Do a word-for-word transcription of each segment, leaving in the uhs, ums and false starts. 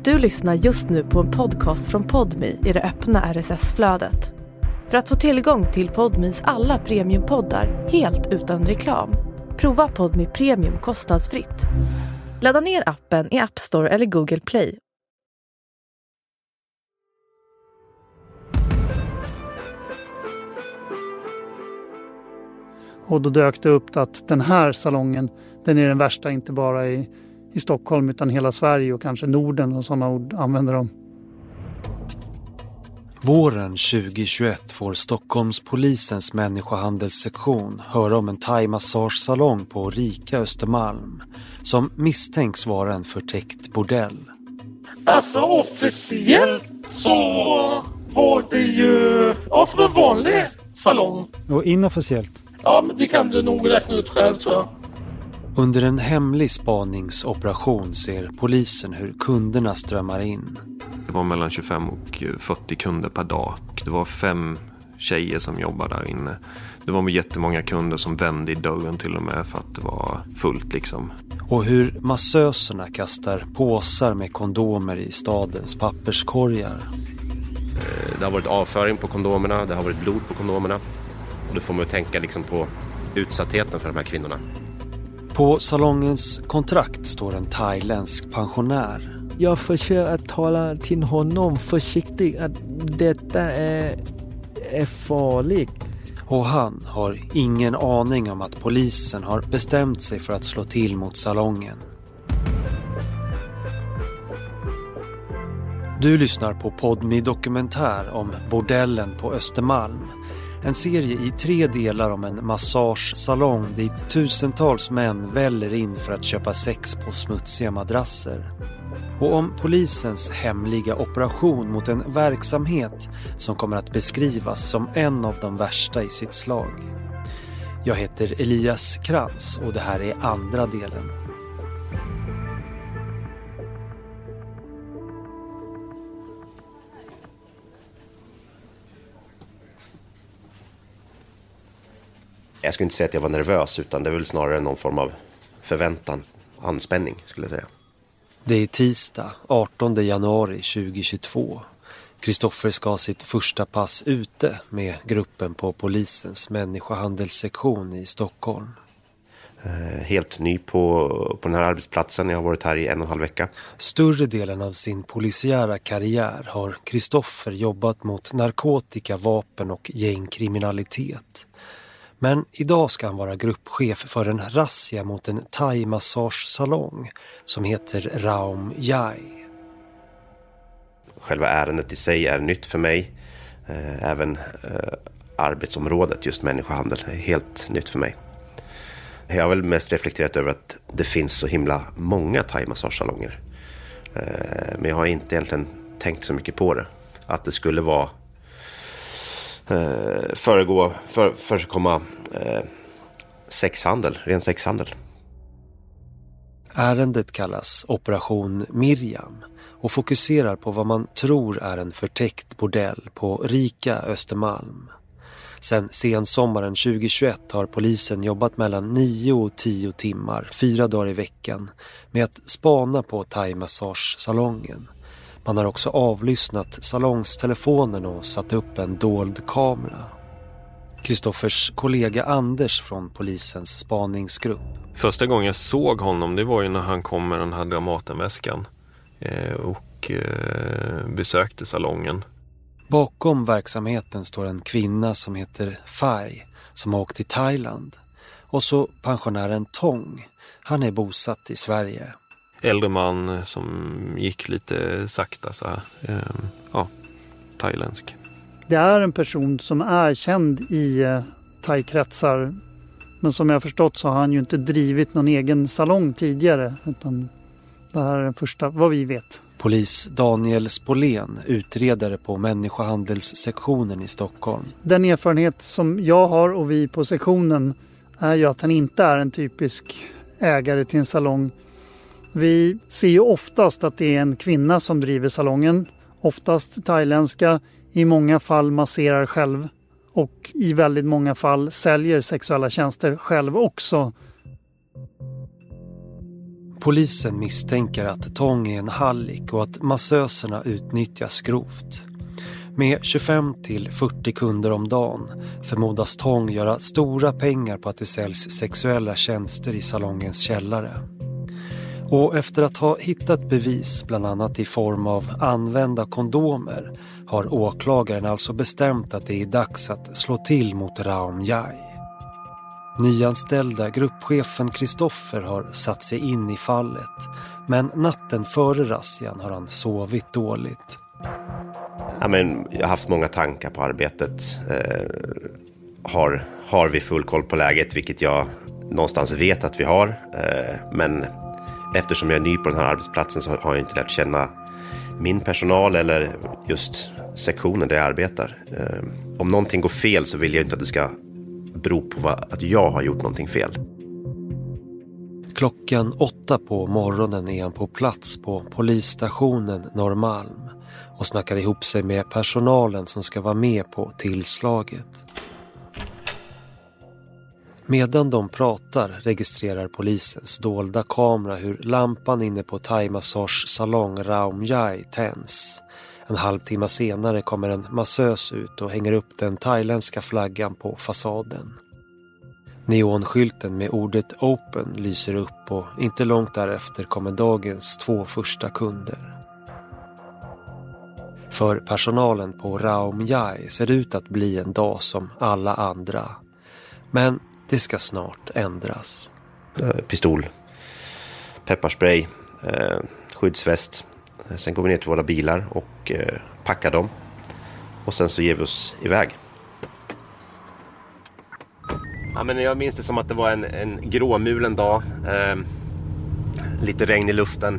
Du lyssnar just nu på en podcast från Podmi i det öppna R S S-flödet. För att få tillgång till Podmis alla premiumpoddar helt utan reklam, prova Podmi Premium kostnadsfritt. Ladda ner appen i App Store eller Google Play. Och då dök det upp att den här salongen, den är den värsta inte bara i, i Stockholm utan hela Sverige och kanske Norden, och sådana ord använder de. Våren tjugohundratjugoett får Stockholms polisens människohandelssektion höra om en thai-massagesalong på Rika Östermalm som misstänks vara en förtäckt bordell. Alltså officiellt så var det ju ja, för en vanlig salong. Och inofficiellt? Ja, men det kan du nog räkna ut själv, tror jag. Under en hemlig spaningsoperation ser polisen hur kunderna strömmar in. Det var mellan tjugofem och fyrtio kunder per dag. Det var fem tjejer som jobbade där inne. Det var jättemånga kunder som vände i dörren till och med för att det var fullt liksom. Och hur massöserna kastar påsar med kondomer i stadens papperskorgar. Det har varit avföring på kondomerna, det har varit blod på kondomerna. Och då får man ju tänka liksom på utsattheten för de här kvinnorna. På salongens kontrakt står en thailändsk pensionär. Jag försöker att tala till honom försiktigt att detta är, är farligt. Och han har ingen aning om att polisen har bestämt sig för att slå till mot salongen. Du lyssnar på Podmi dokumentär om bordellen på Östermalm. En serie i tre delar om en massagesalong dit tusentals män väller in för att köpa sex på smutsiga madrasser. Och om polisens hemliga operation mot en verksamhet som kommer att beskrivas som en av de värsta i sitt slag. Jag heter Elias Krantz och det här är andra delen. Jag skulle inte säga att jag var nervös, utan det är väl snarare någon form av förväntan, anspänning skulle jag säga. Det är tisdag, artonde januari tjugohundratjugotvå. Kristoffer ska ha sitt första pass ute med gruppen på polisens människohandelssektion i Stockholm. Eh, helt ny på, på den här arbetsplatsen. Jag har varit här i en och en halv vecka. Större delen av sin polisiära karriär har Kristoffer jobbat mot narkotika, vapen och gängkriminalitet. Men idag ska han vara gruppchef för en razzia mot en thai-massagesalong som heter Raum Yai. Själva ärendet i sig är nytt för mig. Eh, även eh, arbetsområdet, just människohandel, är helt nytt för mig. Jag har väl mest reflekterat över att det finns så himla många thai-massagesalonger. Eh, men jag har inte egentligen tänkt så mycket på det. Att det skulle vara Uh, föregå, för, förekomma uh, sexhandel, ren sexhandel. Ärendet kallas Operation Miriam och fokuserar på vad man tror är en förtäckt bordell på Rika Östermalm. Sen sensommaren tjugohundratjugoett har polisen jobbat mellan nio och tio timmar, fyra dagar i veckan, med att spana på thai-massagesalongen. Man har också avlyssnat salongstelefonen och satt upp en dold kamera. Kristoffers kollega Anders från polisens spaningsgrupp. Första gången jag såg honom, det var ju när han kom med den här Dramatenväskan eh, och eh, besökte salongen. Bakom verksamheten står en kvinna som heter Fai som har åkt till Thailand. Och så pensionären Tong. Han är bosatt i Sverige. Äldre man som gick lite sakta så här. Eh, ja, thailändsk. Det är en person som är känd i eh, thai-kretsar. Men som jag har förstått så har han ju inte drivit någon egen salong tidigare. Utan det här är den första, vad vi vet. Polis Daniel Spolén, utredare på människohandelssektionen i Stockholm. Den erfarenhet som jag har och vi på sektionen är ju att han inte är en typisk ägare till en salong. Vi ser ju oftast att det är en kvinna som driver salongen. Oftast thailändska, i många fall masserar själv. Och i väldigt många fall säljer sexuella tjänster själv också. Polisen misstänker att Tong är en hallick och att massöserna utnyttjas grovt. Med tjugofem till fyrtio kunder om dagen förmodas Tong göra stora pengar på att det säljs sexuella tjänster i salongens källare. Och efter att ha hittat bevis, bland annat i form av använda kondomer, har åklagaren alltså bestämt att det är dags att slå till mot Raum Yai. Nyanställda gruppchefen Kristoffer har satt sig in i fallet, men natten före razzian har han sovit dåligt. Ja, men jag har haft många tankar på arbetet. Eh, har, har vi full koll på läget, vilket jag någonstans vet att vi har. Eh, men eftersom jag är ny på den här arbetsplatsen så har jag inte lärt känna min personal eller just sektionen där jag arbetar. Eh, om någonting går fel så vill jag inte att det ska bero på vad, att jag har gjort någonting fel. Klockan åtta på morgonen är han på plats på polisstationen Norrmalm och snackar ihop sig med personalen som ska vara med på tillslaget. Medan de pratar registrerar polisens dolda kamera hur lampan inne på thai-massage salong Raum Yai tänds. En halvtimme senare kommer en massös ut och hänger upp den thailändska flaggan på fasaden. Neonskylten med ordet Open lyser upp och inte långt därefter kommer dagens två första kunder. För personalen på Raum Yai ser det ut att bli en dag som alla andra. Men det ska snart ändras. Pistol, pepparspray, eh, skyddsväst. Sen går vi ner till våra bilar och eh, packar dem. Och sen så ger vi oss iväg. Ja, men jag minns det som att det var en, en gråmulen dag. Eh, lite regn i luften.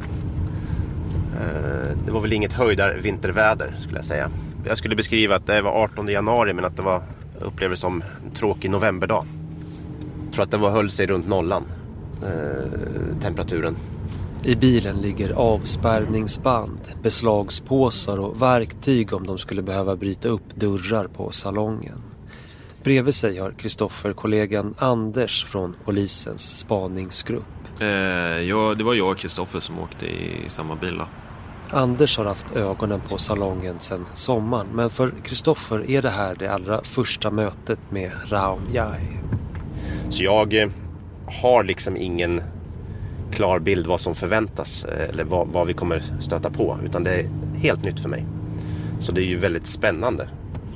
Eh, det var väl inget höjdar vinterväder skulle jag säga. Jag skulle beskriva att det var artonde januari men att det var upplevdes som en tråkig novemberdag. Jag tror att det var höll sig runt nollan. Eh, temperaturen. I bilen ligger avspärrningsband, beslagspåsar och verktyg om de skulle behöva bryta upp dörrar på salongen. Bredvid sig har Kristoffer kollegan Anders från polisens spaningsgrupp. Eh, ja, det var jag och Kristoffer som åkte i samma bil då. Anders har haft ögonen på salongen sedan sommaren, men för Kristoffer är det här det allra första mötet med Raum Yai. Så jag eh, har liksom ingen klar bild vad som förväntas eller vad, vad vi kommer stöta på, utan det är helt nytt för mig. Så det är ju väldigt spännande.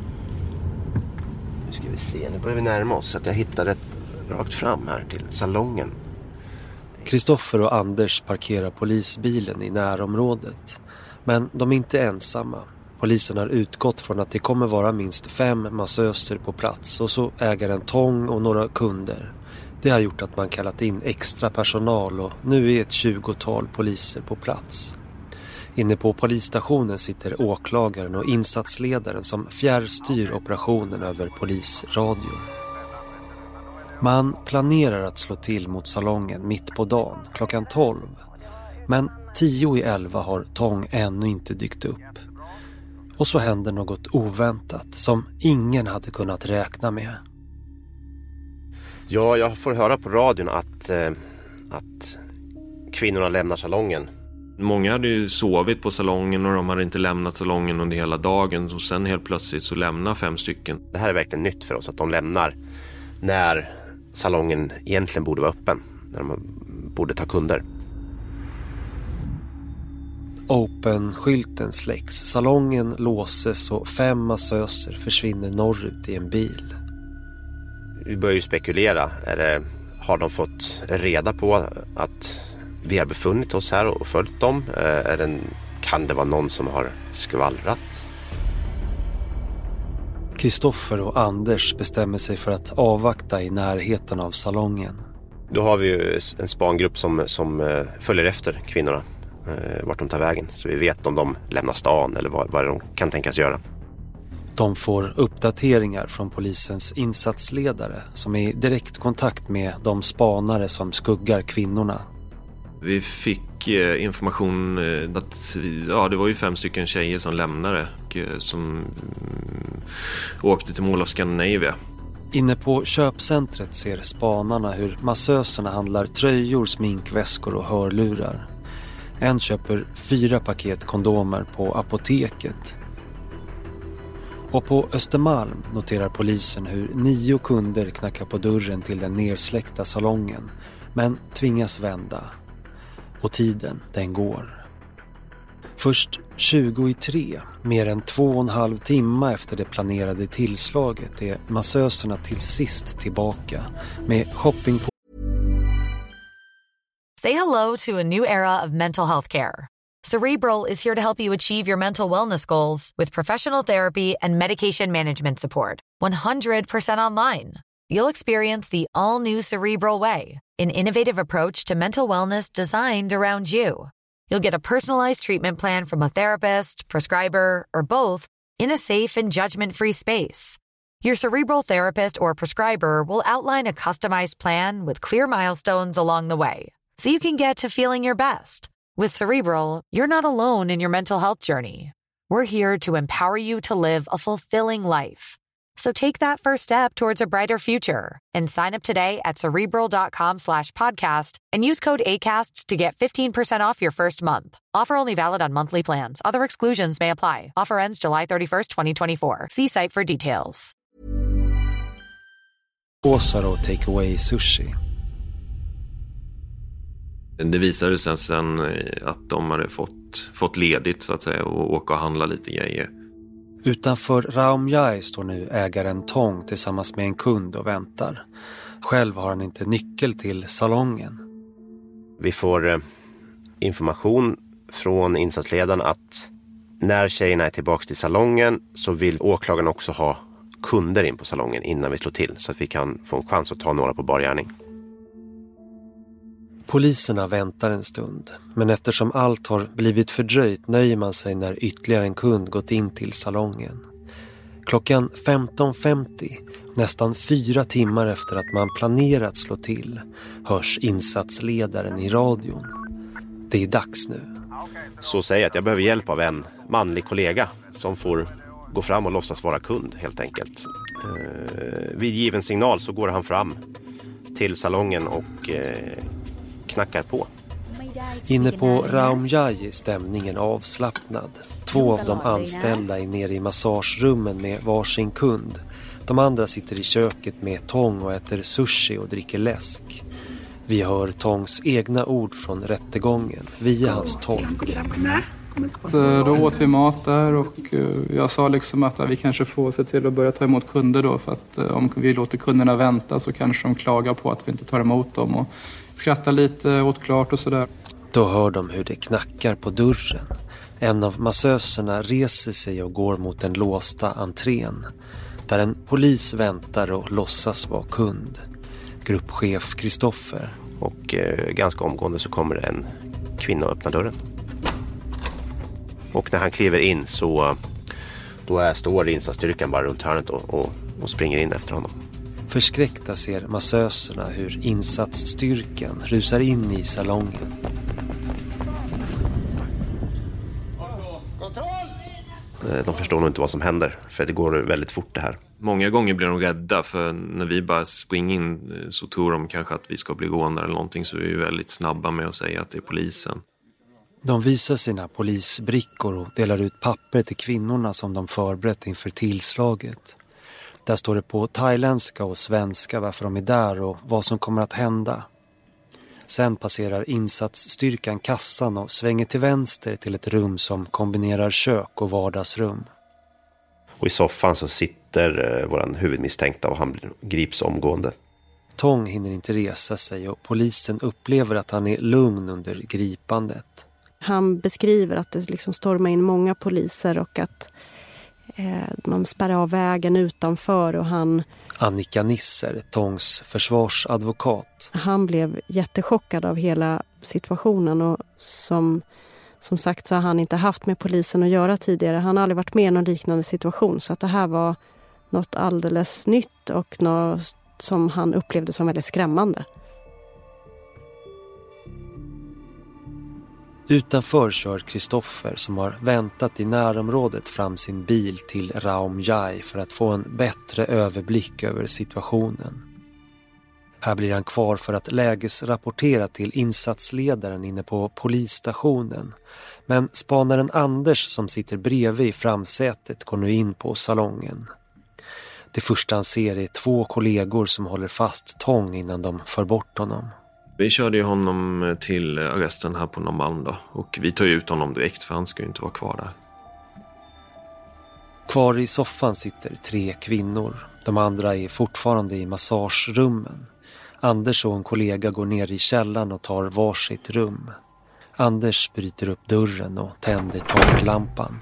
Nu ska vi se, nu börjar vi närma oss så att jag hittar rätt rakt fram här till salongen. Kristoffer och Anders parkerar polisbilen i närområdet. Men de är inte ensamma. Polisen har utgått från att det kommer vara minst fem massöser på plats och så ägaren Tong och några kunder. Det har gjort att man kallat in extra personal och nu är ett tjugotal poliser på plats. Inne på polisstationen sitter åklagaren och insatsledaren som fjärrstyr operationen över polisradio. Man planerar att slå till mot salongen mitt på dagen, klockan tolv. Men tio i elva har Tong ännu inte dykt upp. Och så händer något oväntat som ingen hade kunnat räkna med. Ja, jag får höra på radion att, eh, att kvinnorna lämnar salongen. Många hade ju sovit på salongen och de hade inte lämnat salongen under hela dagen. Och sen helt plötsligt så lämnar fem stycken. Det här är verkligen nytt för oss att de lämnar när salongen egentligen borde vara öppen. När de borde ta kunder. Open-skylten släcks, salongen låses och fem massöser försvinner norrut i en bil. Vi börjar ju spekulera. Är det, har de fått reda på att vi har befunnit oss här och följt dem? Är det, kan det vara någon som har skvallrat? Kristoffer och Anders bestämmer sig för att avvakta i närheten av salongen. Då har vi ju en spangrupp som, som följer efter kvinnorna. Vart de tar vägen. Så vi vet om de lämnar stan eller vad, vad de kan tänkas göra. De får uppdateringar från polisens insatsledare som är i direkt kontakt med de spanare som skuggar kvinnorna. Vi fick information att ja, det var ju fem stycken tjejer som lämnade och som åkte till Mall of Scandinavia. Inne på köpcentret ser spanarna hur massöserna handlar tröjor, sminkväskor och hörlurar. En köper fyra paket kondomer på apoteket. Och på Östermalm noterar polisen hur nio kunder knackar på dörren till den nersläckta salongen, men tvingas vända. Och tiden, den går. Först tjugo i tre, mer än två och en halv timme efter det planerade tillslaget, är massöserna till sist tillbaka med shopping på. Say hello to a new era of mental health care. Cerebral is here to help you achieve your mental wellness goals with professional therapy and medication management support. one hundred percent online. You'll experience the all-new Cerebral way, an innovative approach to mental wellness designed around you. You'll get a personalized treatment plan from a therapist, prescriber, or both in a safe and judgment-free space. Your Cerebral therapist or prescriber will outline a customized plan with clear milestones along the way, so you can get to feeling your best. With Cerebral, you're not alone in your mental health journey. We're here to empower you to live a fulfilling life. So take that first step towards a brighter future and sign up today at Cerebral.com slash podcast and use code ACAST to get fifteen percent off your first month. Offer only valid on monthly plans. Other exclusions may apply. Offer ends July thirty-first, twenty twenty-four. See site for details. Åsar och takeaway sushi. Det visade sig sen att de hade fått, fått ledigt så att säga och åka och handla lite grejer. Utanför Raumjai står nu ägaren Tong tillsammans med en kund och väntar. Själv har han inte nyckel till salongen. Vi får eh, information från insatsledaren att när tjejerna är tillbaka till salongen så vill åklagaren också ha kunder in på salongen innan vi slår till så att vi kan få en chans att ta några på bargärning. Poliserna väntar en stund, men eftersom allt har blivit fördröjt nöjer man sig när ytterligare en kund gått in till salongen. Klockan femton femtio, nästan fyra timmar efter att man planerat slå till, hörs insatsledaren i radion. Det är dags nu. Så säger jag att jag behöver hjälp av en manlig kollega som får gå fram och låtsas vara kund helt enkelt. Eh, vid given signal så går han fram till salongen och eh, knackar på. Inne på Raumjai är stämningen avslappnad. Två av de anställda är nere i massagerummen med varsin kund. De andra sitter i köket med Tong och äter sushi och dricker läsk. Vi hör Tongs egna ord från rättegången via hans tolk. Då åt vi mat där och jag sa liksom att vi kanske får se till att börja ta emot kunder då, för att om vi låter kunderna vänta så kanske de klagar på att vi inte tar emot dem och skrattar lite åt klart och sådär. Då hör de hur det knackar på dörren. En av massöserna reser sig och går mot den låsta entrén där en polis väntar och låtsas vara kund. Gruppchef Kristoffer. Och eh, ganska omgående så kommer en kvinna och öppnar dörren. Och när han kliver in så då är, står insatsstyrkan bara runt hörnet och, och, och springer in efter honom. Förskräckta ser massöserna hur insatsstyrkan rusar in i salongen. De förstår nog inte vad som händer, för det går väldigt fort det här. Många gånger blir de rädda, för när vi bara springer in så tror de kanske att vi ska bli rånare eller någonting, så är vi väldigt snabba med att säga att det är polisen. De visar sina polisbrickor och delar ut papper till kvinnorna som de förberett inför tillslaget. Där står det på thailändska och svenska varför de är där och vad som kommer att hända. Sen passerar insatsstyrkan kassan och svänger till vänster till ett rum som kombinerar kök och vardagsrum. Och i soffan så sitter eh, våran huvudmisstänkta och han grips omgående. Tong hinner inte resa sig och polisen upplever att han är lugn under gripandet. Han beskriver att det liksom stormar in många poliser och att eh, man spärrar av vägen utanför och han... Annika Nisser, Tongs försvarsadvokat. Han blev jättechockad av hela situationen och som, som sagt så har han inte haft med polisen att göra tidigare. Han har aldrig varit med i någon liknande situation, så att det här var något alldeles nytt och något som han upplevde som väldigt skrämmande. Utanför kör Kristoffer som har väntat i närområdet fram sin bil till Raum Jai för att få en bättre överblick över situationen. Här blir han kvar för att lägesrapportera till insatsledaren inne på polisstationen. Men spanaren Anders som sitter bredvid i framsätet går nu in på salongen. Det första han ser är två kollegor som håller fast Tång innan de för bort honom. Vi körde ju honom till arresten här på Norrmalm då. Och vi tar ut honom direkt för han ska ju inte vara kvar där. Kvar i soffan sitter tre kvinnor. De andra är fortfarande i massagerummen. Anders och en kollega går ner i källaren och tar varsitt rum. Anders bryter upp dörren och tänder taklampan.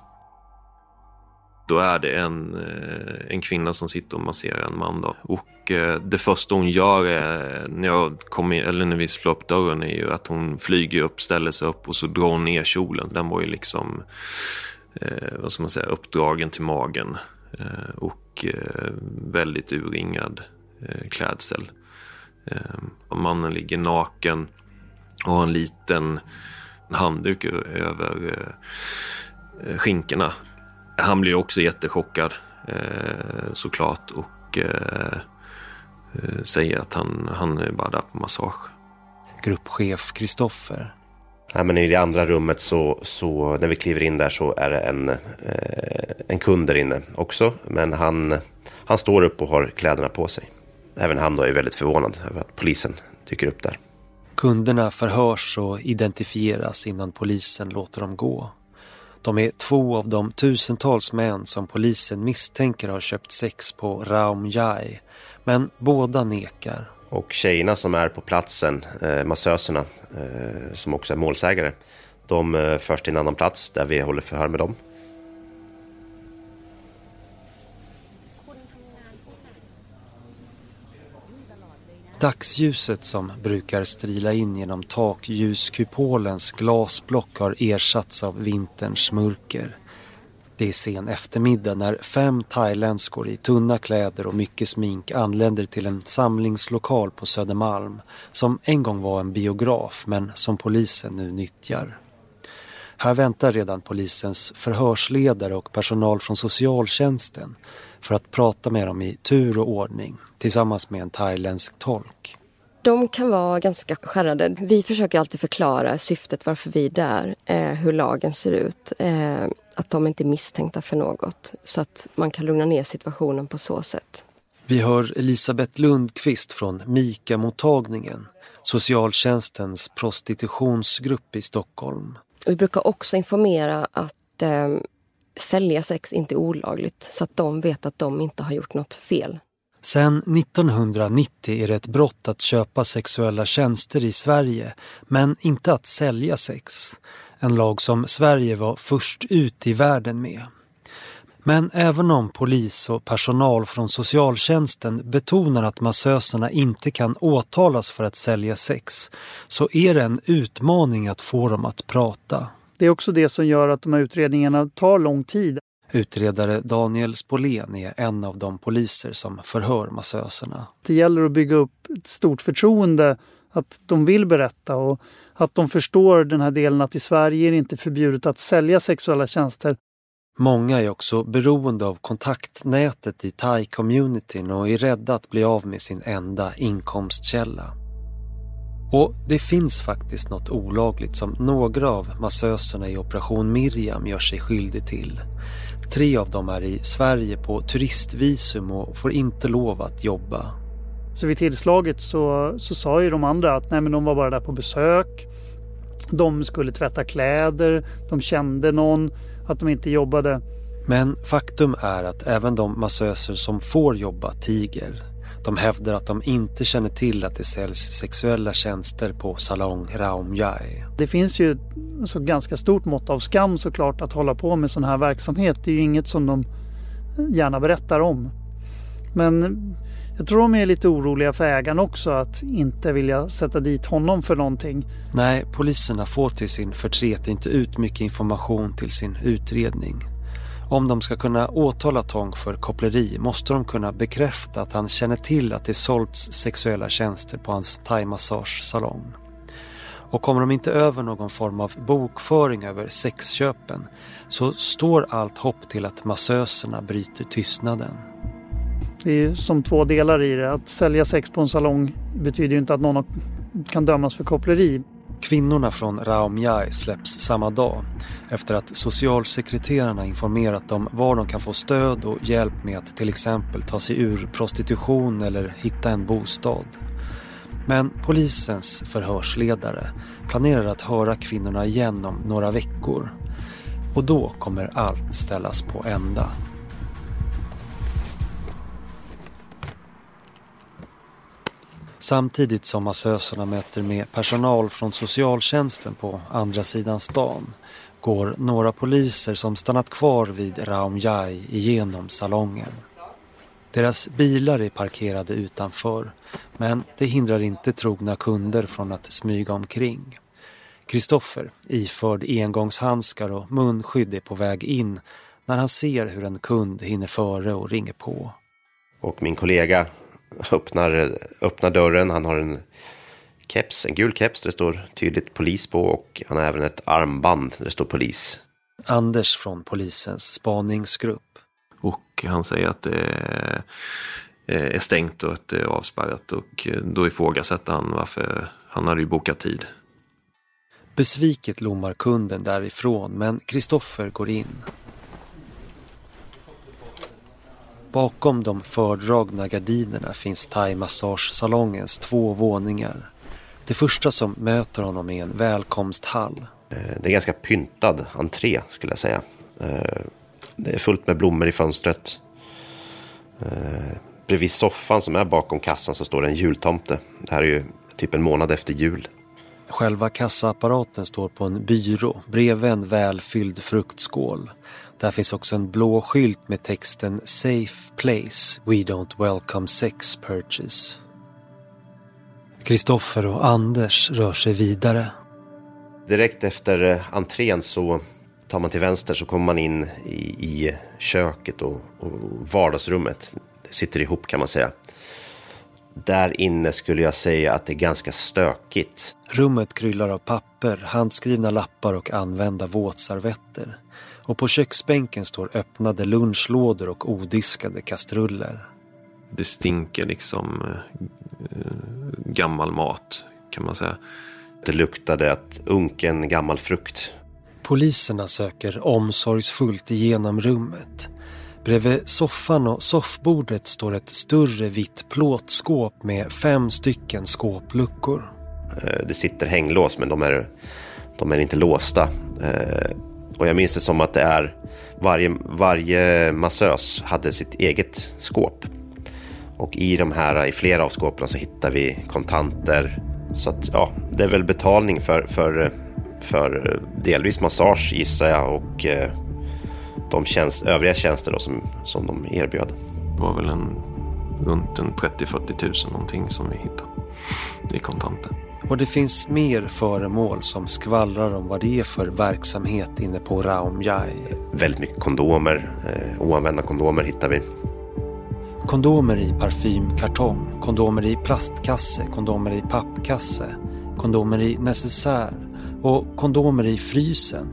Då är det en, en kvinna som sitter och masserar en man då. Och det första hon gör är, när, jag kommer, eller när vi slår upp dörren, är ju att hon flyger upp, ställer sig upp och så drar hon ner kjolen. Den var ju liksom, eh, vad ska man säga, uppdragen till magen. Eh, och eh, väldigt urringad eh, klädsel. Eh, mannen ligger naken och har en liten handduk över eh, skinkorna. Han blir också jättechockad eh, såklart och eh, säger att han, han är bara där på massage. Gruppchef Kristoffer. Ja, men i det andra rummet så, så när vi kliver in där så är det en, eh, en kund där inne också. Men han, han står upp och har kläderna på sig. Även han då är väldigt förvånad över att polisen dyker upp där. Kunderna förhörs och identifieras innan polisen låter dem gå. De är två av de tusentals män som polisen misstänker har köpt sex på Raum Jai. Men båda nekar. Och tjejerna som är på platsen, eh, massöserna, eh, som också är målsägare, de eh, förs till en annan plats där vi håller förhör med dem. Dagsljuset som brukar strila in genom takljuskupolens glasblock har ersatts av vinterns mörker. Det är sen eftermiddag när fem thailändskor i tunna kläder och mycket smink anländer till en samlingslokal på Södermalm som en gång var en biograf men som polisen nu nyttjar. Här väntar redan polisens förhörsledare och personal från socialtjänsten för att prata med dem i tur och ordning tillsammans med en thailändsk tolk. De kan vara ganska skärrade. Vi försöker alltid förklara syftet varför vi är där, eh, hur lagen ser ut, eh, att de inte är misstänkta för något så att man kan lugna ner situationen på så sätt. Vi hör Elisabeth Lundqvist från Mika-mottagningen, socialtjänstens prostitutionsgrupp i Stockholm. Vi brukar också informera att eh, sälja sex inte är olagligt så att de vet att de inte har gjort något fel. Sen nittonhundranittio är det ett brott att köpa sexuella tjänster i Sverige, men inte att sälja sex. En lag som Sverige var först ut i världen med. Men även om polis och personal från socialtjänsten betonar att massöserna inte kan åtalas för att sälja sex, så är det en utmaning att få dem att prata. Det är också det som gör att de här utredningarna tar lång tid. Utredare Daniel Spolén är en av de poliser som förhör massöserna. Det gäller att bygga upp ett stort förtroende att de vill berätta och att de förstår den här delen att i Sverige är det inte förbjudet att sälja sexuella tjänster. Många är också beroende av kontaktnätet i Thai-communityn och är rädda att bli av med sin enda inkomstkälla. Och det finns faktiskt något olagligt som några av massöserna i Operation Miriam gör sig skyldig till. Tre av dem är i Sverige på turistvisum och får inte lov att jobba. Så vid tillslaget så, så sa ju de andra att nej, men de var bara där på besök. De skulle tvätta kläder, de kände någon, att de inte jobbade. Men faktum är att även de massöser som får jobba tiger. De hävdar att de inte känner till att det säljs sexuella tjänster på salong Raum Jai. Det finns ju så ganska stort mått av skam såklart att hålla på med sån här verksamhet. Det är ju inget som de gärna berättar om. Men jag tror de är lite oroliga för ägaren också att inte vilja sätta dit honom för någonting. Nej, poliserna får till sin förtret inte ut mycket information till sin utredning. Om de ska kunna åtala Tång för koppleri måste de kunna bekräfta att han känner till att det sålts sexuella tjänster på hans thai-massagesalong. Och kommer de inte över någon form av bokföring över sexköpen så står allt hopp till att massöserna bryter tystnaden. Det är ju som två delar i det. Att sälja sex på en salong betyder ju inte att någon kan dömas för koppleri. Kvinnorna från Raum Jai släpps samma dag efter att socialsekreterarna informerat dem var de kan få stöd och hjälp med att till exempel ta sig ur prostitution eller hitta en bostad. Men polisens förhörsledare planerar att höra kvinnorna igen om några veckor. Och då kommer allt ställas på ända. Samtidigt som massöserna möter med personal från socialtjänsten på andra sidan stan går några poliser som stannat kvar vid Raum Jai igenom salongen. Deras bilar är parkerade utanför, men det hindrar inte trogna kunder från att smyga omkring. Kristoffer, iförd engångshandskar och munskydd, är på väg in när han ser hur en kund hinner före och ringer på. Och min kollega öppnar, öppnar dörren. Han har en keps, en gul keps där det står tydligt polis på, och han har även ett armband där det står polis. Anders från polisens spaningsgrupp. Och han säger att det är stängt och att det är avspärrat, och då ifrågasätter han varför han hade ju bokat tid. Besviket lommar kunden därifrån, men Kristoffer går in. Bakom de fördragna gardinerna finns thai-massagesalongens två våningar. Det första som möter honom är en välkomsthall. Det är ganska pyntad entré skulle jag säga. Det är fullt med blommor i fönstret. Bredvid soffan som är bakom kassan så står det en jultomte. Det här är ju typ en månad efter jul. Själva kassaapparaten står på en byrå bredvid en välfylld fruktskål. Där finns också en blå skylt med texten Safe place, we don't welcome sex purchase. Kristoffer och Anders rör sig vidare. Direkt efter entrén så tar man till vänster, så kommer man in i, i köket och, och vardagsrummet. Det sitter ihop kan man säga. Där inne skulle jag säga att det är ganska stökigt. Rummet kryllar av papper, handskrivna lappar och använda våtservetter. Och på köksbänken står öppnade lunchlådor och odiskade kastruller. Det stinker liksom eh, gammal mat kan man säga. Det luktade att unken gammal frukt. Poliserna söker omsorgsfullt igenom rummet. Bredvid soffan och soffbordet står ett större vitt plåtskåp med fem stycken skåpluckor. Det sitter hänglås, men de är, de är inte låsta. Och jag minns det som att det är varje, varje massös hade sitt eget skåp. Och i de här, i flera av skåpen så hittar vi kontanter. Så att, ja, det är väl betalning för, för, för delvis massage gissar jag, och de tjänst, övriga tjänster då som, som de erbjöd. Det var väl en, runt en trettio till fyrtio tusen någonting som vi hittade i kontanter. Och det finns mer föremål som skvallrar om vad det är för verksamhet inne på Raum Jai. Väldigt mycket kondomer, eh, oanvända kondomer hittar vi. Kondomer i parfymkartong, kondomer i plastkasse, kondomer i pappkasse, kondomer i necessär och kondomer i frysen.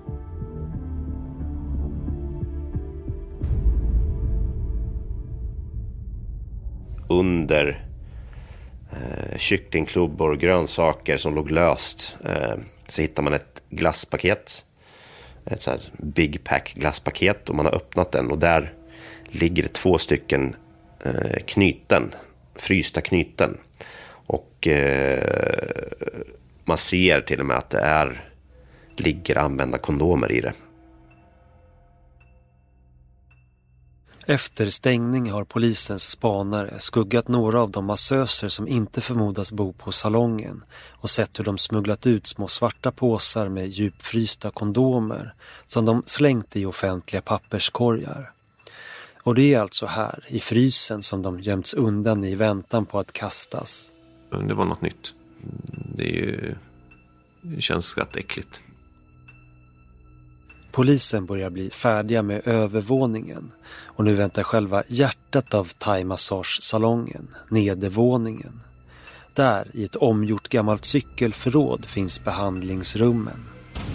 Under eh, kycklingklubbor och grönsaker som låg löst eh, så hittar man ett glasspaket. Ett så här big pack glasspaket, och man har öppnat den och där ligger det två stycken eh, knyten, frysta knyten. Och eh, man ser till och med att det är ligger använda kondomer i det. Efter stängning har polisens spanare skuggat några av de massöser som inte förmodas bo på salongen och sett hur de smugglat ut små svarta påsar med djupfrysta kondomer som de slängt i offentliga papperskorgar. Och det är alltså här, i frysen, som de gömts undan i väntan på att kastas. Det var något nytt. Det, är ju, det känns rätt äckligt. Polisen börjar bli färdiga med övervåningen och nu väntar själva hjärtat av thai-massagesalongen, nedervåningen. Där i ett omgjort gammalt cykelförråd finns behandlingsrummen.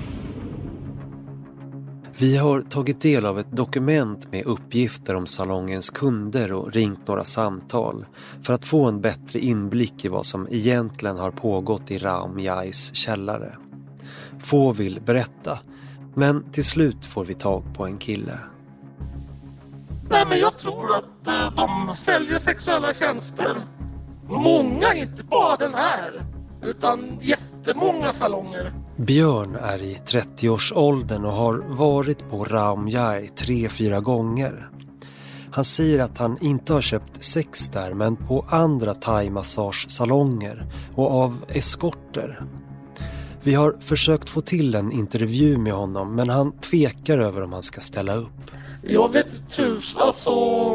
Vi har tagit del av ett dokument med uppgifter om salongens kunder och ringt några samtal för att få en bättre inblick i vad som egentligen har pågått i Raum Jais källare. Få vill berätta, men till slut får vi tag på en kille. Nej, men jag tror att eh, de säljer sexuella tjänster. Många, inte bara den här, utan jättemånga salonger. Björn är i trettioårsåldern och har varit på Raum Jai tre, fyra gånger. Han säger att han inte har köpt sex där, men på andra thai-massagesalonger och av eskorter. Vi har försökt få till en intervju med honom, men han tvekar över om han ska ställa upp. Jag vet tusen, alltså...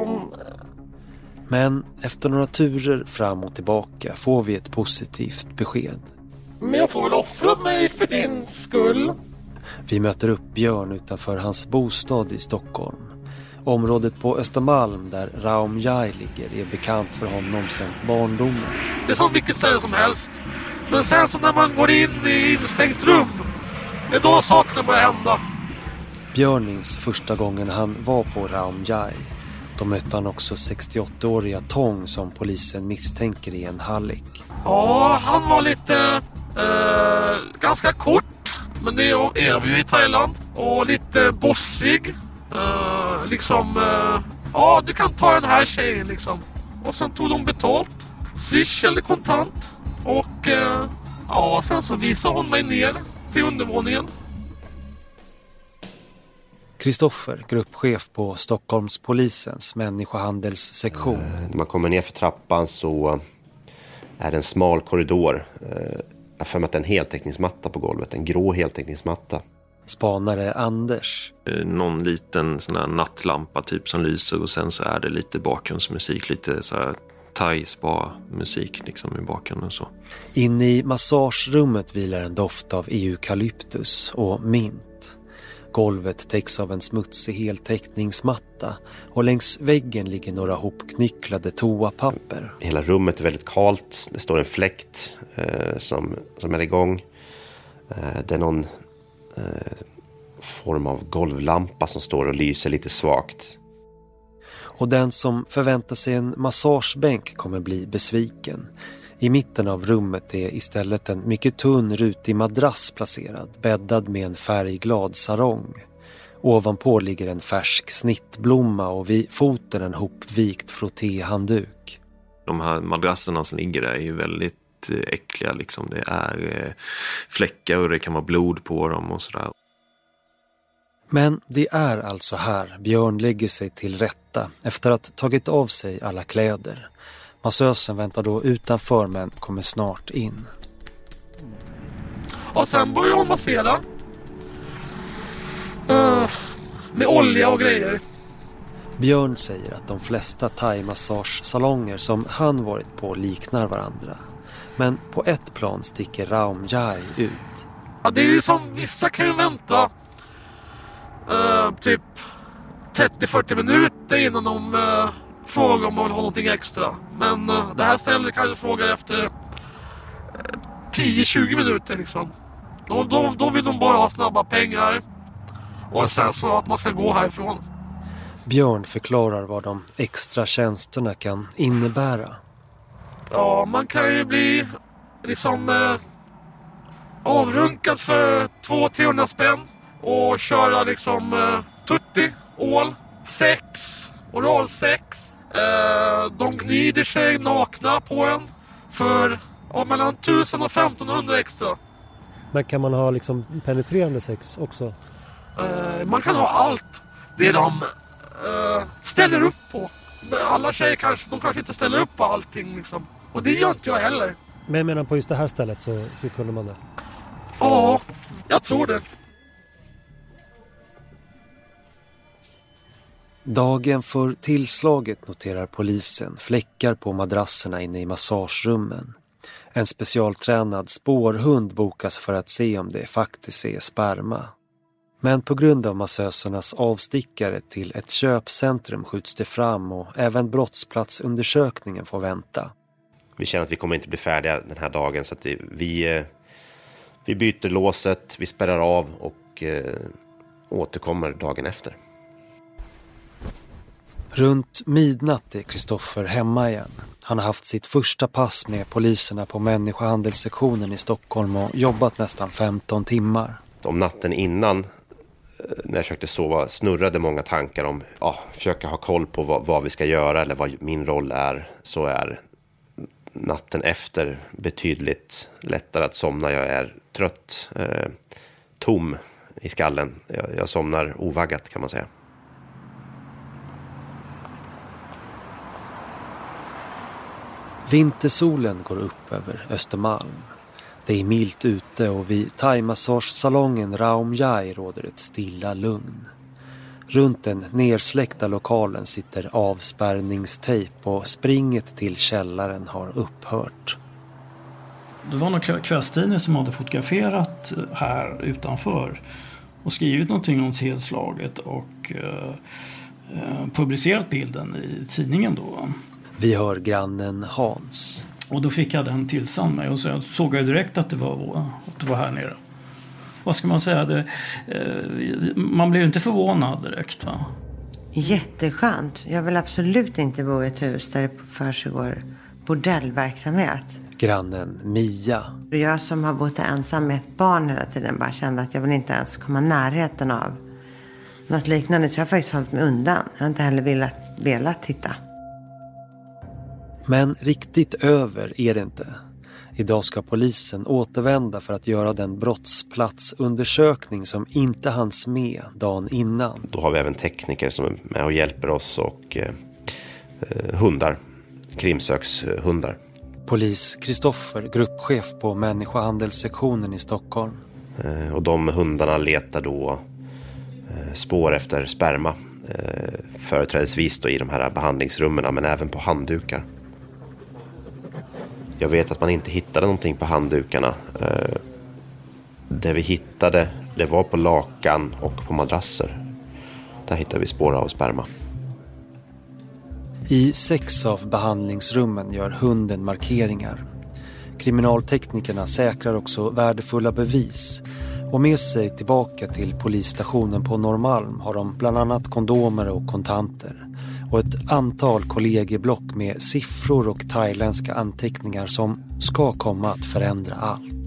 Men efter några turer fram och tillbaka får vi ett positivt besked. Men jag får väl offra mig för din skull. Vi möter upp Björn utanför hans bostad i Stockholm. Området på Östermalm där Raum Jai ligger är bekant för honom sedan barndomen. Det är som vilket ställe som helst. Men sen så när man går in i instängt rum, det är då sakerna börjar hända. Björn minns första gången han var på Raum Jai. Då mötte han också sextioåttaåriga Tong som polisen misstänker i en hallick. Ja, han var lite eh, ganska kort, men det är vi ju i Thailand. Och lite bossig. Eh, liksom, eh, ja du kan ta den här tjejen liksom. Och sen tog de betalt, swish eller kontant. Och eh, ja, sen så visade hon mig ner till undervåningen. Kristoffer, gruppchef på Stockholmspolisens människohandelssektion. När man kommer ner för trappan så är det en smal korridor. Jag får med en heltäckningsmatta på golvet, en grå heltäckningsmatta. Spanare Anders. Någon liten sån här nattlampa typ som lyser och sen så är det lite bakgrundsmusik, lite så här thai-spa-musik liksom i bakgrunden och så. Inne i massagerummet vilar en doft av eukalyptus och mint. Golvet täcks av en smutsig heltäckningsmatta och längs väggen ligger några hopknycklade toapapper. Hela rummet är väldigt kalt. Det står en fläkt eh, som, som är igång. Eh, det är någon eh, form av golvlampa som står och lyser lite svagt. Och den som förväntar sig en massagebänk kommer bli besviken. I mitten av rummet är istället en mycket tunn rutig madrass placerad, bäddad med en färgglad sarong. Ovanpå ligger en färsk snittblomma och vid foten en hopvikt frottéhandduk. De här madrasserna som ligger där är ju väldigt äckliga liksom. Det är fläckar och det kan vara blod på dem och sådär. Men det är alltså här Björn lägger sig till rätta efter att tagit av sig alla kläder. Massösen väntar då utanför men kommer snart in. Och sen börjar hon massera. Uh, med olja och grejer. Björn säger att de flesta thai-massagesalonger som han varit på liknar varandra. Men på ett plan sticker Raum Jai ut. Ja, det är ju som vissa kan ju vänta uh, typ trettio till fyrtio minuter innan de uh, frågar om man vill ha någonting extra. Men uh, det här stället kanske frågar efter uh, tio till tjugo minuter liksom. Och då, då vill de bara ha snabba pengar. Och sen så att man ska gå härifrån. Björn förklarar vad de extra tjänsterna kan innebära. Ja, man kan ju bli liksom eh, avrunkad för två till trehundra spänn. Och köra liksom eh, tutti, ål, sex, oralsex. Eh, de gnider sig nakna på en för ja, mellan tusen och femtonhundra extra. Men kan man ha liksom penetrerande sex också? Uh, man kan ha allt. Det de uh, ställer upp på. Alla tjejer kanske, de kanske inte ställer upp på allting liksom. Och det gör inte jag heller. Men jag menar på just det här stället så, så kunde man det? Ja, jag tror det. Dagen för tillslaget noterar polisen fläckar på madrasserna inne i massagerummen. En specialtränad spårhund bokas för att se om det faktiskt är sperma. Men på grund av massösernas avstickare till ett köpcentrum skjuts det fram och även brottsplatsundersökningen får vänta. Vi känner att vi kommer inte bli färdiga den här dagen, så att vi, vi, vi byter låset, vi spärrar av och eh, återkommer dagen efter. Runt midnatt är Kristoffer hemma igen. Han har haft sitt första pass med poliserna på människohandelssektionen i Stockholm och jobbat nästan femton timmar. Om natten innan, när jag försökte sova, snurrade många tankar om ja, försöka ha koll på vad, vad vi ska göra eller vad min roll är. Så är natten efter betydligt lättare att somna. Jag är trött, eh, tom i skallen. Jag, jag somnar ovaggat, kan man säga. Vintersolen går upp över Östermalm. Det är milt ute och vid thaimassagesalongen Raum Jai råder ett stilla lugn. Runt den nersläckta lokalen sitter avspärrningstejp och springet till källaren har upphört. Det var någon kvällstidning som hade fotograferat här utanför och skrivit någonting om tillslaget och eh, publicerat bilden i tidningen då. Vi hör grannen Hans. Och då fick jag den tillsammans mig och så såg jag direkt att det var, att det var här nere. Vad ska man säga? Det, eh, man blev inte förvånad direkt, va? Jätteskönt. Jag vill absolut inte bo i ett hus där det försiggår bordellverksamhet. Grannen Mia. Jag som har bott ensam med ett barn hela tiden bara kände att jag vill inte ens komma närheten av något liknande. Så jag har faktiskt hållit mig undan. Jag har inte heller velat, velat titta. Men riktigt över är det inte. Idag ska polisen återvända för att göra den brottsplatsundersökning som inte hanns med dagen innan. Då har vi även tekniker som är med och hjälper oss och eh, hundar, krimsökshundar. Polis Kristoffer, gruppchef på människohandelssektionen i Stockholm. Eh, och de hundarna letar då eh, spår efter sperma. Eh, företrädesvis då i de här behandlingsrummen, men även på handdukar. Jag vet att man inte hittade någonting på handdukarna. Eh, det vi hittade, det var på lakan och på madrasser. Där hittade vi spår av sperma. I sex av behandlingsrummen gör hunden markeringar. Kriminalteknikerna säkrar också värdefulla bevis. Och med sig tillbaka till polisstationen på Norrmalm har de bland annat kondomer och kontanter. Och ett antal kollegieblock med siffror och thailändska anteckningar som ska komma att förändra allt.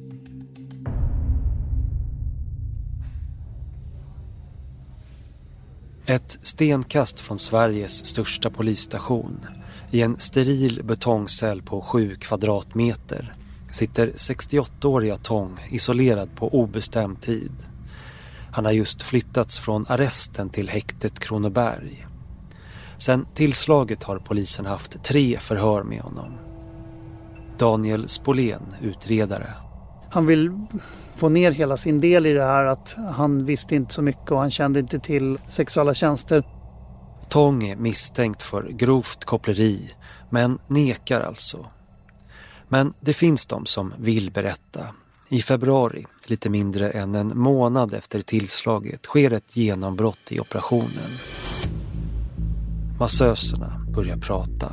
Ett stenkast från Sveriges största polisstation. I en steril betongcell på sju kvadratmeter sitter sextioåttaåriga Tong isolerad på obestämd tid. Han har just flyttats från arresten till häktet Kronoberg. Sen tillslaget har polisen haft tre förhör med honom. Daniel Spolén, utredare. Han vill få ner hela sin del i det här, att han visste inte så mycket och han kände inte till sexuella tjänster. Tong är misstänkt för grovt koppleri, men nekar alltså. Men det finns de som vill berätta. I februari, lite mindre än en månad efter tillslaget, sker ett genombrott i operationen. Massöserna börjar prata.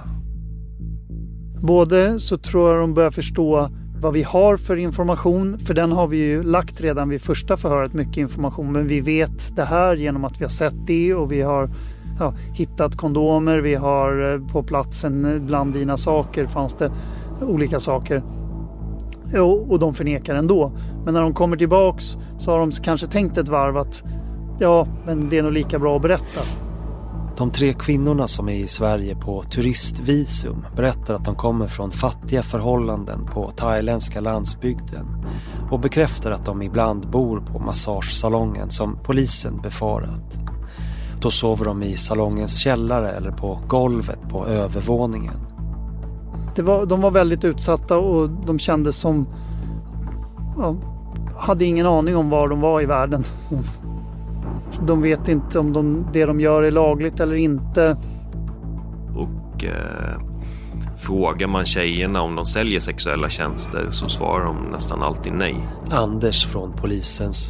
Både så tror jag de börjar förstå vad vi har för information, för den har vi ju lagt redan vid första förhöret, mycket information, men vi vet det här genom att vi har sett det och vi har ja, hittat kondomer, vi har på platsen bland dina saker fanns det olika saker. Och, och de förnekar ändå. Men när de kommer tillbaks så har de kanske tänkt ett varv att ja, men det är nog lika bra att berätta. De tre kvinnorna som är i Sverige på turistvisum berättar att de kommer från fattiga förhållanden på thailändska landsbygden och bekräftar att de ibland bor på massagesalongen som polisen befarat. Då sover de i salongens källare eller på golvet på övervåningen. Det var, de var väldigt utsatta och de kändes som ja, hade ingen aning om var de var i världen. De vet inte om de, det de gör är lagligt eller inte. Och eh, frågar man tjejerna om de säljer sexuella tjänster så svarar de nästan alltid nej. Anders från polisens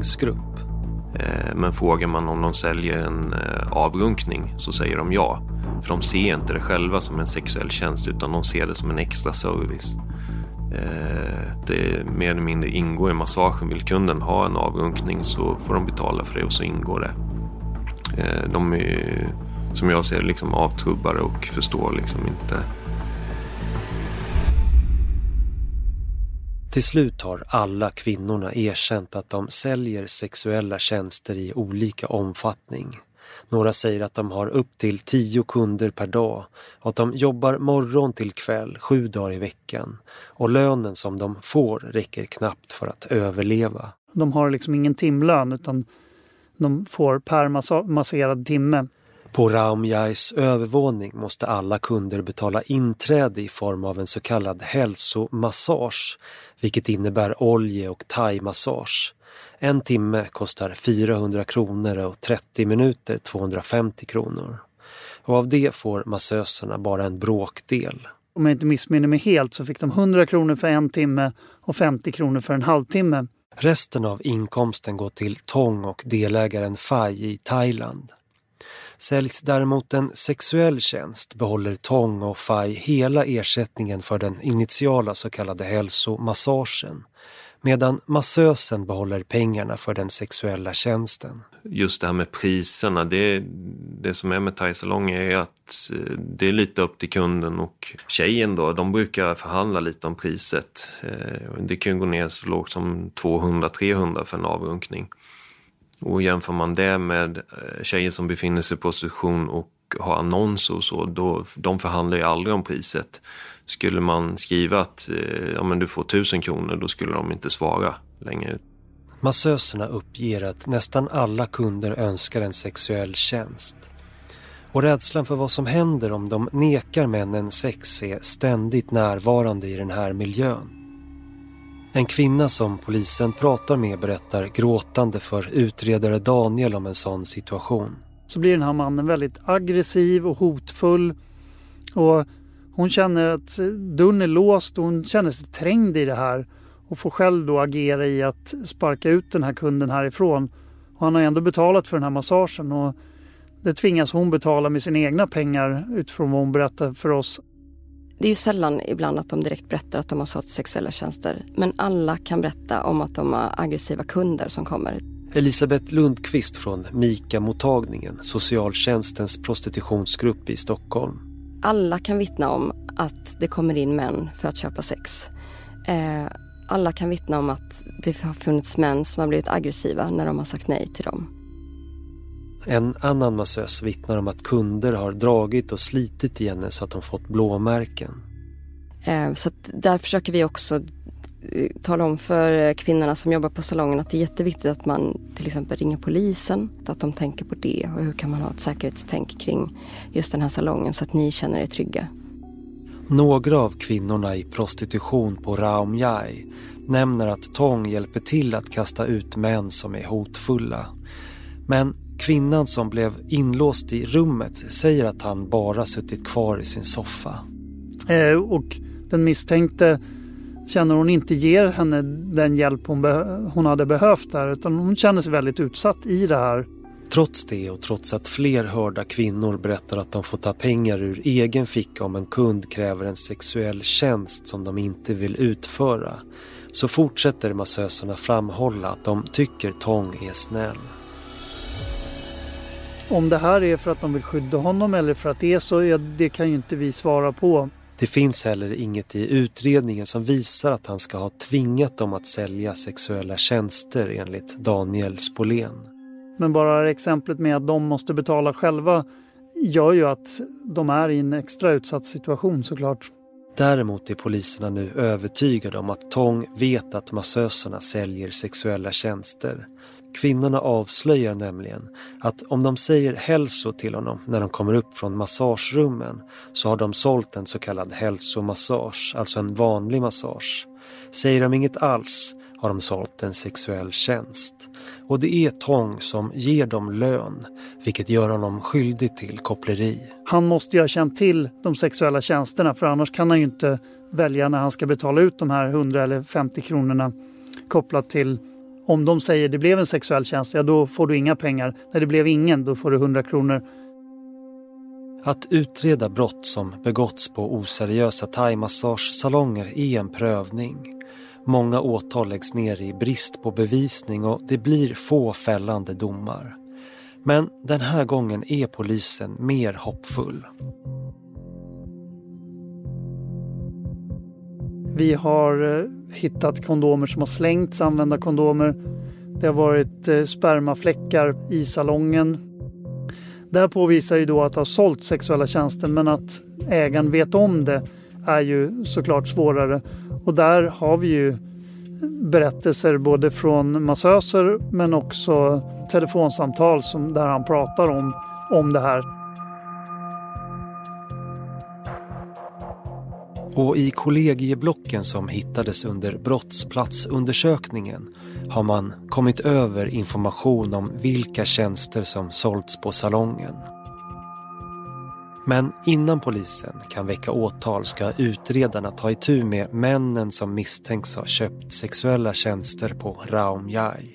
spaningsgrupp. Eh, men frågar man om de säljer en eh, avrunkning så säger de ja. För de ser inte det själva som en sexuell tjänst utan de ser det som en extra service. Det mer eller mindre ingår i massagen. Vill kunden ha en avrunkning så får de betala för det och så ingår det. De är, som jag ser, liksom avtrubbade och förstår liksom inte. Till slut har alla kvinnorna erkänt att de säljer sexuella tjänster i olika omfattning. Några säger att de har upp till tio kunder per dag och att de jobbar morgon till kväll, sju dagar i veckan. Och lönen som de får räcker knappt för att överleva. De har liksom ingen timlön utan de får per massa- masserad timme. På Raum Jais övervåning måste alla kunder betala inträde i form av en så kallad hälsomassage, vilket innebär olje- och thai-massage. En timme kostar fyrahundra kronor och trettio minuter tvåhundrafemtio kronor. Och av det får massöserna bara en bråkdel. Om jag inte missminner mig helt så fick de hundra kronor för en timme och femtio kronor för en halvtimme. Resten av inkomsten går till Tong och delägaren Fai i Thailand. Säljs däremot en sexuell tjänst behåller Tong och Fai hela ersättningen för den initiala så kallade hälsomassagen, medan massösen behåller pengarna för den sexuella tjänsten. Just det här med priserna, det, det som är med thai-salong är att det är lite upp till kunden och tjejen då, de brukar förhandla lite om priset. Det kan gå ner så lågt som tvåhundra till trehundra för en avrunkning. Och jämför man det med tjejer som befinner sig i prostitution och har annonser och så, då, de förhandlar ju aldrig om priset. Skulle man skriva att ja, men du får tusen kronor, då skulle de inte svara längre. Massöserna uppger att nästan alla kunder önskar en sexuell tjänst. Och rädslan för vad som händer om de nekar männen sex är ständigt närvarande i den här miljön. En kvinna som polisen pratar med berättar gråtande för utredare Daniel om en sån situation. Så blir den här mannen väldigt aggressiv och hotfull. Och hon känner att dörren är låst och hon känner sig trängd i det här. Och får själv då agera i att sparka ut den här kunden härifrån. Och han har ändå betalat för den här massagen och det tvingas hon betala med sina egna pengar utifrån vad hon berättar för oss. Det är ju sällan ibland att de direkt berättar att de har sålt sexuella tjänster. Men alla kan berätta om att de har aggressiva kunder som kommer. Elisabeth Lundqvist från Mika-mottagningen, socialtjänstens prostitutionsgrupp i Stockholm. Alla kan vittna om att det kommer in män för att köpa sex. Eh, alla kan vittna om att det har funnits män som har blivit aggressiva när de har sagt nej till dem. En annan massös vittnar om att kunder har dragit och slitit i henne så att de fått blåmärken. Eh, så att där försöker vi också tala om för kvinnorna som jobbar på salongen att det är jätteviktigt att man till exempel ringer polisen, att de tänker på det och hur kan man ha ett säkerhetstänk kring just den här salongen så att ni känner er trygga. Några av kvinnorna i prostitution på Raum Jai nämner att Tong hjälper till att kasta ut män som är hotfulla. Men kvinnan som blev inlåst i rummet säger att han bara suttit kvar i sin soffa. Eh, och den misstänkte känner hon inte ger henne den hjälp hon, be- hon hade behövt där utan hon känner sig väldigt utsatt i det här. Trots det och trots att fler hörda kvinnor berättar att de får ta pengar ur egen ficka om en kund kräver en sexuell tjänst som de inte vill utföra, så fortsätter massöserna framhålla att de tycker Tong är snäll. Om det här är för att de vill skydda honom eller för att det är så, ja, det kan ju inte vi svara på. Det finns heller inget i utredningen som visar att han ska ha tvingat dem att sälja sexuella tjänster enligt Daniel Spolén. Men bara exemplet med att de måste betala själva gör ju att de är i en extra utsatt situation såklart. Däremot är poliserna nu övertygade om att Tong vet att massöserna säljer sexuella tjänster. Kvinnorna avslöjar nämligen att om de säger hälso till honom när de kommer upp från massagerummen så har de sålt en så kallad hälsomassage, alltså en vanlig massage. Säger de inget alls har de sålt en sexuell tjänst. Och det är Tong som ger dem lön, vilket gör honom skyldig till koppleri. Han måste ju ha känt till de sexuella tjänsterna för annars kan han ju inte välja när han ska betala ut de här hundra eller femtio kronorna kopplat till. Om de säger det blev en sexuell tjänst, ja då får du inga pengar. När det blev ingen, då får du hundra kronor. Att utreda brott som begåtts på oseriösa thaimassagesalonger är en prövning. Många åtal läggs ner i brist på bevisning och det blir få fällande domar. Men den här gången är polisen mer hoppfull. Vi har eh, hittat kondomer som har slängts, använda kondomer. Det har varit eh, spermafläckar i salongen. Det här påvisar ju då att det har sålt sexuella tjänster, men att ägaren vet om det är ju såklart svårare. Och där har vi ju berättelser både från massöser men också telefonsamtal som, där han pratar om, om det här. Och i kollegieblocken som hittades under brottsplatsundersökningen har man kommit över information om vilka tjänster som sålts på salongen. Men innan polisen kan väcka åtal ska utredarna ta itu med männen som misstänks ha köpt sexuella tjänster på Raum Jai.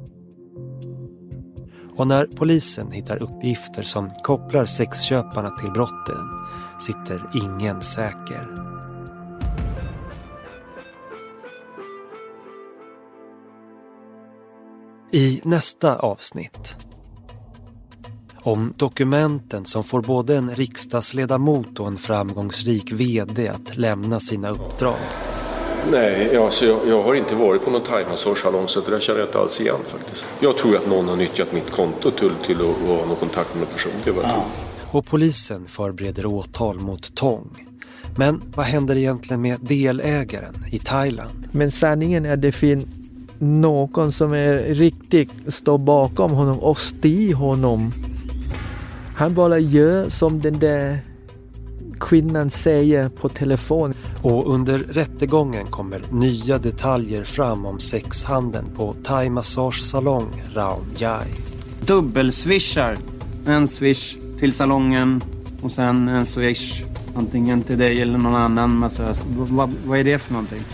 Och när polisen hittar uppgifter som kopplar sexköparna till brotten sitter ingen säker. I nästa avsnitt om dokumenten som får både en riksdagsledamot och en framgångsrik vd att lämna sina uppdrag. Nej, alltså jag, jag har inte varit på någon thaimassagesalong så det där känner jag inte alls igen faktiskt. Jag tror att någon har nyttjat mitt konto till, till att ha någon kontakt med någon person. Det var ja. Och polisen förbereder åtal mot Tong. Men vad händer egentligen med delägaren i Thailand? Men sanningen är att det finns någon som är riktigt står bakom honom och styr honom. Han bara gör som den där kvinnan säger på telefon. Och under rättegången kommer nya detaljer fram om sexhandeln på thai-massagesalong Raum Jai. Dubbelswishar. En swish till salongen och sen en swish antingen till dig eller någon annan massös. Vad, vad är det för någonting?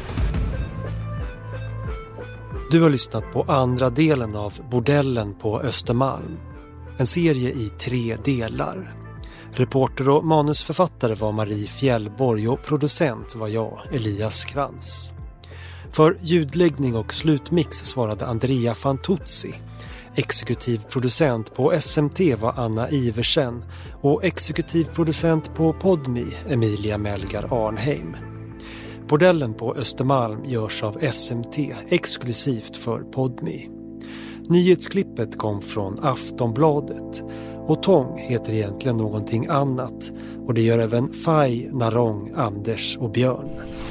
Du har lyssnat på andra delen av Bordellen på Östermalm. En serie i tre delar. Reporter och manusförfattare var Marie Fjällborg och producent var jag, Elias Krantz. För ljudläggning och slutmix svarade Andrea Fantuzzi. Exekutiv producent på S M T var Anna Iversen och exekutiv producent på Podmi Emilia Melgar Arnheim. Bordellen på Östermalm görs av S M T exklusivt för Podmi. Nyhetsklippet kom från Aftonbladet och Tong heter egentligen någonting annat och det gör även Fai, Narong, Anders och Björn.